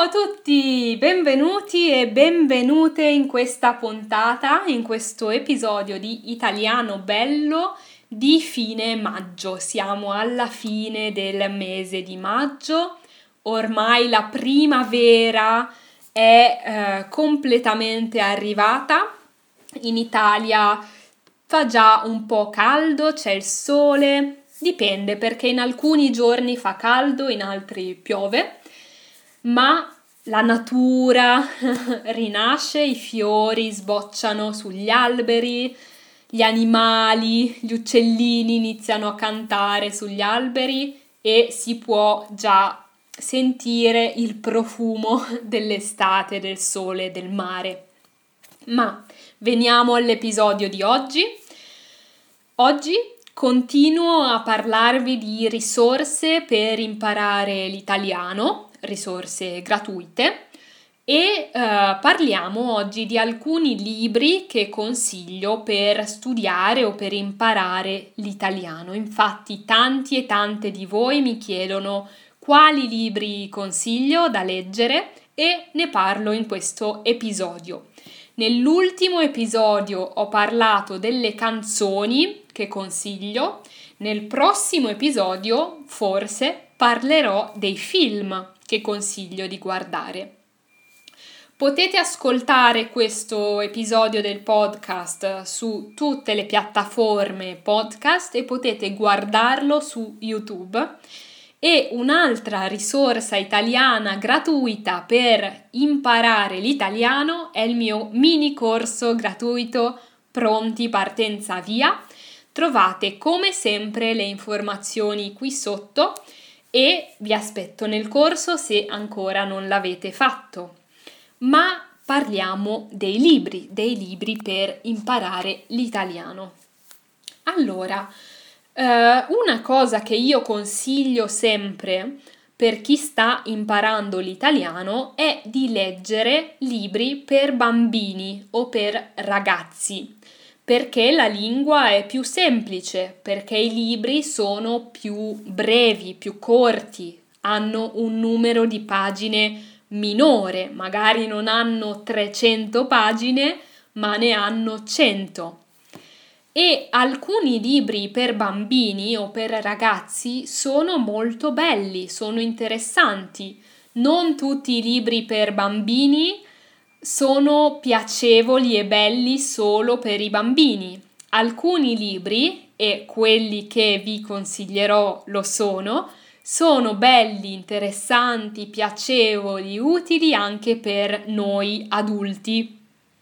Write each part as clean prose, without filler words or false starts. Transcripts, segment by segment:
tutti, benvenuti e benvenute in questa puntata, in questo episodio di Italiano Bello di fine maggio. Siamo alla fine del mese di maggio, ormai la primavera è completamente arrivata. In Italia fa già un po' caldo, c'è il sole, dipende perché in alcuni giorni fa caldo, in altri piove. Ma la natura rinasce, i fiori sbocciano sugli alberi, gli animali, gli uccellini iniziano a cantare sugli alberi e si può già sentire il profumo dell'estate, del sole, del mare. Ma veniamo all'episodio di oggi. Oggi continuo a parlarvi di risorse per imparare l'italiano, risorse gratuite, e parliamo oggi di alcuni libri che consiglio per studiare o per imparare l'italiano. Infatti tanti e tante di voi mi chiedono quali libri consiglio da leggere e ne parlo in questo episodio. Nell'ultimo episodio ho parlato delle canzoni che consiglio, nel prossimo episodio forse parlerò dei film che consiglio di guardare. Potete ascoltare questo episodio del podcast su tutte le piattaforme podcast e potete guardarlo su YouTube. E un'altra risorsa italiana gratuita per imparare l'italiano è il mio mini corso gratuito Pronti Partenza Via. Trovate come sempre le informazioni qui sotto e vi aspetto nel corso se ancora non l'avete fatto. Ma parliamo dei libri per imparare l'italiano. Allora, una cosa che io consiglio sempre per chi sta imparando l'italiano è di leggere libri per bambini o per ragazzi, perché la lingua è più semplice, perché i libri sono più brevi, più corti, hanno un numero di pagine minore, magari non hanno 300 pagine, ma ne hanno 100. E alcuni libri per bambini o per ragazzi sono molto belli, sono interessanti. Non tutti i libri per bambini sono piacevoli e belli solo per i bambini. Alcuni libri, e quelli che vi consiglierò lo sono belli, interessanti, piacevoli, utili anche per noi adulti.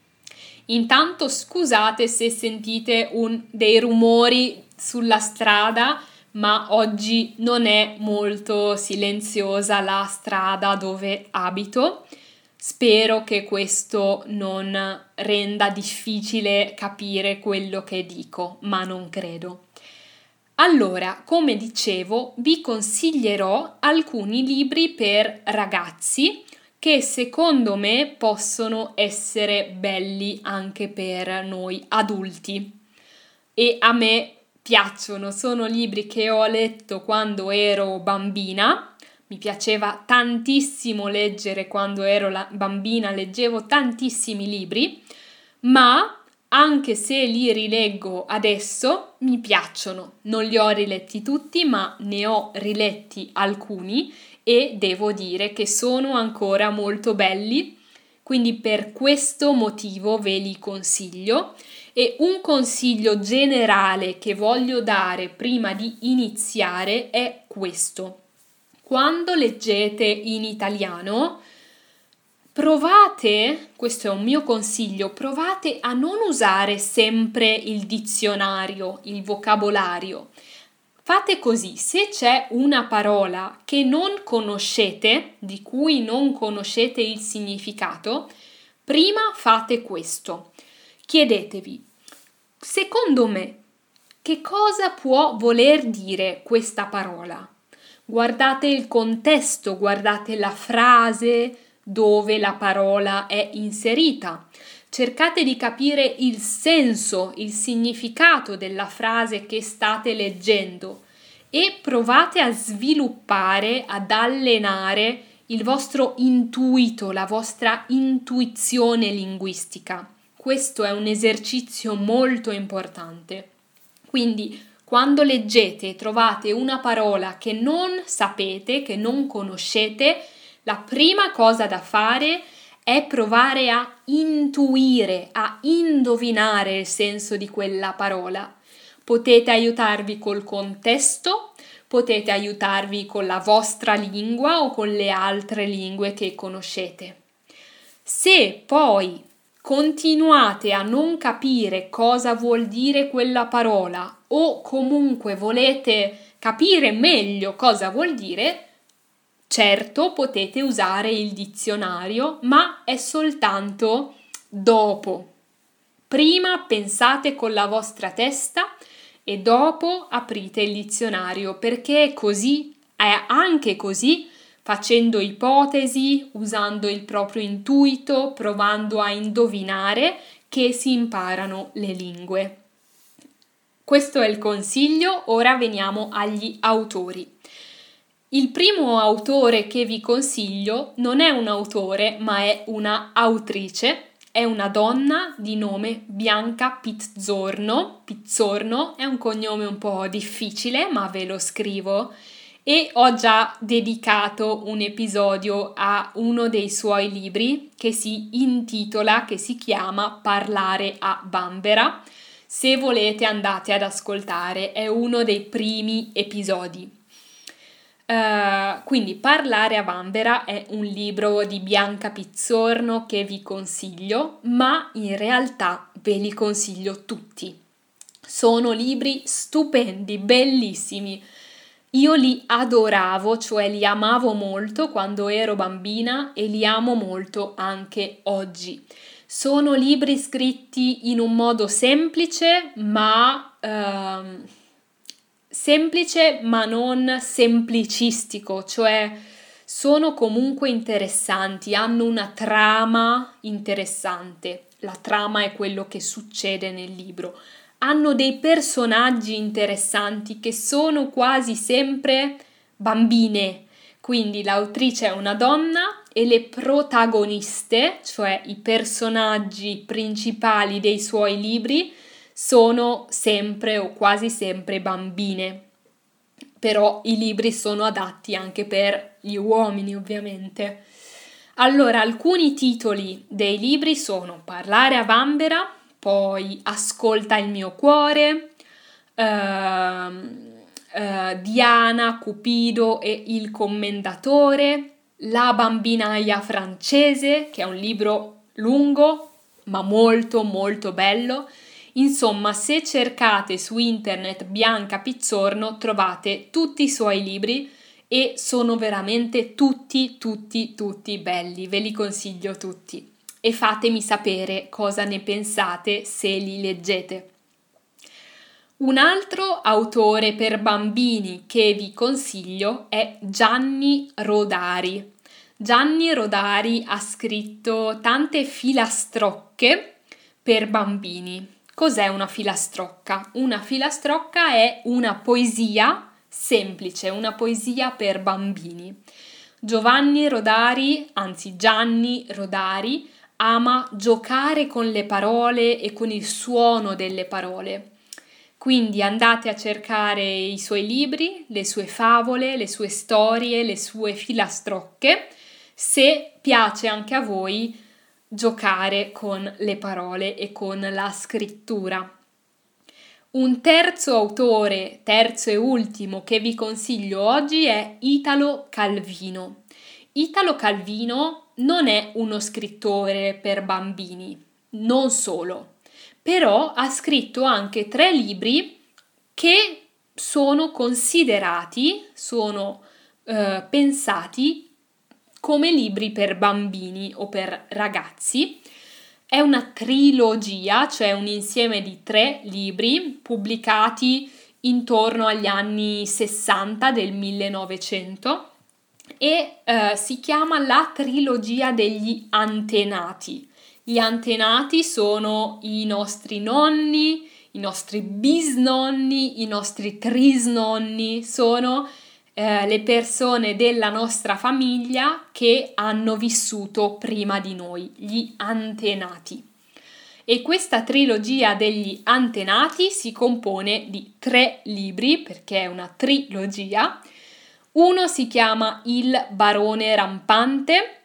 Intanto scusate se sentite dei rumori sulla strada, ma oggi non è molto silenziosa la strada dove abito. Spero che questo non renda difficile capire quello che dico, ma non credo. Allora, come dicevo, vi consiglierò alcuni libri per ragazzi che secondo me possono essere belli anche per noi adulti e a me piacciono, sono libri che ho letto quando ero bambina, mi piaceva tantissimo leggere quando ero bambina, leggevo tantissimi libri, ma anche se li rileggo adesso mi piacciono, non li ho riletti tutti ma ne ho riletti alcuni e devo dire che sono ancora molto belli, quindi per questo motivo ve li consiglio. E un consiglio generale che voglio dare prima di iniziare è questo: quando leggete in italiano provate, questo è un mio consiglio, provate a non usare sempre il dizionario, il vocabolario. Fate così: se c'è una parola che non conoscete, di cui non conoscete il significato, prima fate questo. Chiedetevi, secondo me, che cosa può voler dire questa parola? Guardate il contesto, guardate la frase dove la parola è inserita. Cercate di capire il senso, il significato della frase che state leggendo e provate a sviluppare, ad allenare il vostro intuito, la vostra intuizione linguistica. Questo è un esercizio molto importante. Quindi, quando leggete e trovate una parola che non sapete, che non conoscete, la prima cosa da fare è provare a intuire, a indovinare il senso di quella parola. Potete aiutarvi col contesto, potete aiutarvi con la vostra lingua o con le altre lingue che conoscete. Se poi continuate a non capire cosa vuol dire quella parola o comunque volete capire meglio cosa vuol dire, certo potete usare il dizionario, ma è soltanto dopo. Prima pensate con la vostra testa e dopo aprite il dizionario, perché è anche così, facendo ipotesi, usando il proprio intuito, provando a indovinare, che si imparano le lingue. Questo è il consiglio, ora veniamo agli autori. Il primo autore che vi consiglio non è un autore, ma è una autrice. È una donna di nome Bianca Pizzorno. Pizzorno è un cognome un po' difficile, ma ve lo scrivo. E ho già dedicato un episodio a uno dei suoi libri che si chiama Parlare a Bambera. Se volete andate ad ascoltare, è uno dei primi episodi. Quindi Parlare a Bambera è un libro di Bianca Pizzorno che vi consiglio, ma in realtà ve li consiglio tutti. Sono libri stupendi, bellissimi. Io li adoravo, cioè li amavo molto quando ero bambina e li amo molto anche oggi. Sono libri scritti in un modo semplice, ma non semplicistico, cioè sono comunque interessanti, hanno una trama interessante. La trama è quello che succede nel libro. Hanno dei personaggi interessanti che sono quasi sempre bambine. Quindi l'autrice è una donna e le protagoniste, cioè i personaggi principali dei suoi libri, sono sempre o quasi sempre bambine. Però i libri sono adatti anche per gli uomini, ovviamente. Allora, alcuni titoli dei libri sono Parlare a Bambera, poi Ascolta il mio cuore, Diana, Cupido e il commendatore, La bambinaia francese, che è un libro lungo ma molto molto bello. Insomma, se cercate su internet Bianca Pizzorno trovate tutti i suoi libri e sono veramente tutti belli, ve li consiglio tutti. E fatemi sapere cosa ne pensate se li leggete. Un altro autore per bambini che vi consiglio è Gianni Rodari. Gianni Rodari ha scritto tante filastrocche per bambini. Cos'è una filastrocca? Una filastrocca è una poesia semplice, una poesia per bambini. Gianni Rodari ama giocare con le parole e con il suono delle parole. Quindi andate a cercare i suoi libri, le sue favole, le sue storie, le sue filastrocche, se piace anche a voi giocare con le parole e con la scrittura. Un terzo autore, terzo e ultimo, che vi consiglio oggi è Italo Calvino. Italo Calvino non è uno scrittore per bambini, non solo, però ha scritto anche 3 libri che sono considerati, pensati come libri per bambini o per ragazzi. È una trilogia, cioè un insieme di 3 libri pubblicati intorno agli anni 60 del 1900 e si chiama La trilogia degli antenati. Gli antenati sono i nostri nonni, i nostri bisnonni, i nostri trisnonni, sono le persone della nostra famiglia che hanno vissuto prima di noi, gli antenati. E questa trilogia degli antenati si compone di 3 libri, perché è una trilogia. Uno si chiama Il barone rampante,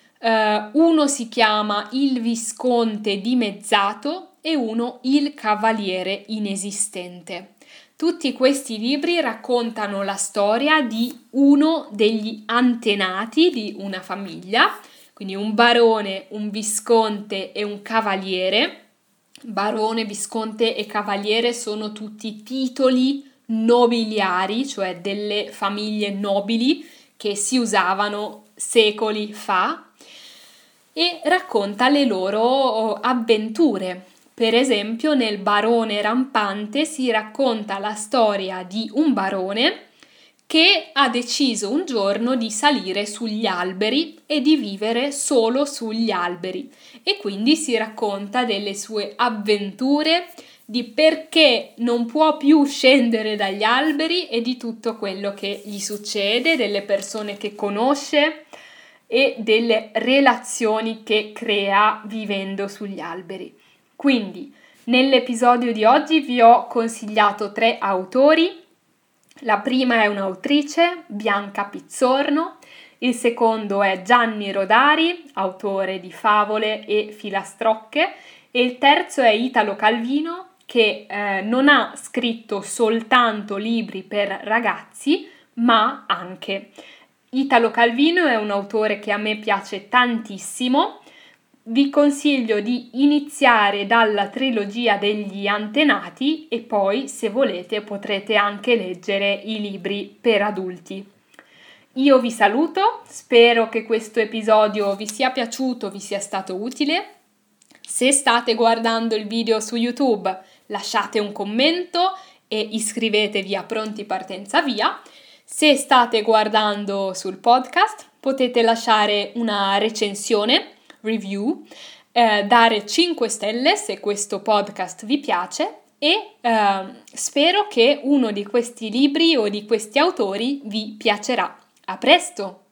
uno si chiama Il visconte dimezzato e uno Il cavaliere inesistente. Tutti questi libri raccontano la storia di uno degli antenati di una famiglia, quindi un barone, un visconte e un cavaliere. Barone, visconte e cavaliere sono tutti titoli nobiliari, cioè delle famiglie nobili che si usavano secoli fa, e racconta le loro avventure. Per esempio, nel barone rampante si racconta la storia di un barone che ha deciso un giorno di salire sugli alberi e di vivere solo sugli alberi, e quindi si racconta delle sue avventure, di perché non può più scendere dagli alberi e di tutto quello che gli succede, delle persone che conosce e delle relazioni che crea vivendo sugli alberi. Quindi, nell'episodio di oggi vi ho consigliato 3 autori. La prima è un'autrice, Bianca Pizzorno, il secondo è Gianni Rodari, autore di Favole e Filastrocche, e il terzo è Italo Calvino, che non ha scritto soltanto libri per ragazzi, ma anche. Italo Calvino è un autore che a me piace tantissimo. Vi consiglio di iniziare dalla trilogia degli antenati e poi, se volete, potrete anche leggere i libri per adulti. Io vi saluto, spero che questo episodio vi sia piaciuto, vi sia stato utile. Se state guardando il video su YouTube, lasciate un commento e iscrivetevi a Pronti Partenza Via. Se state guardando sul podcast, potete lasciare una recensione, review, dare 5 stelle se questo podcast vi piace e spero che uno di questi libri o di questi autori vi piacerà. A presto!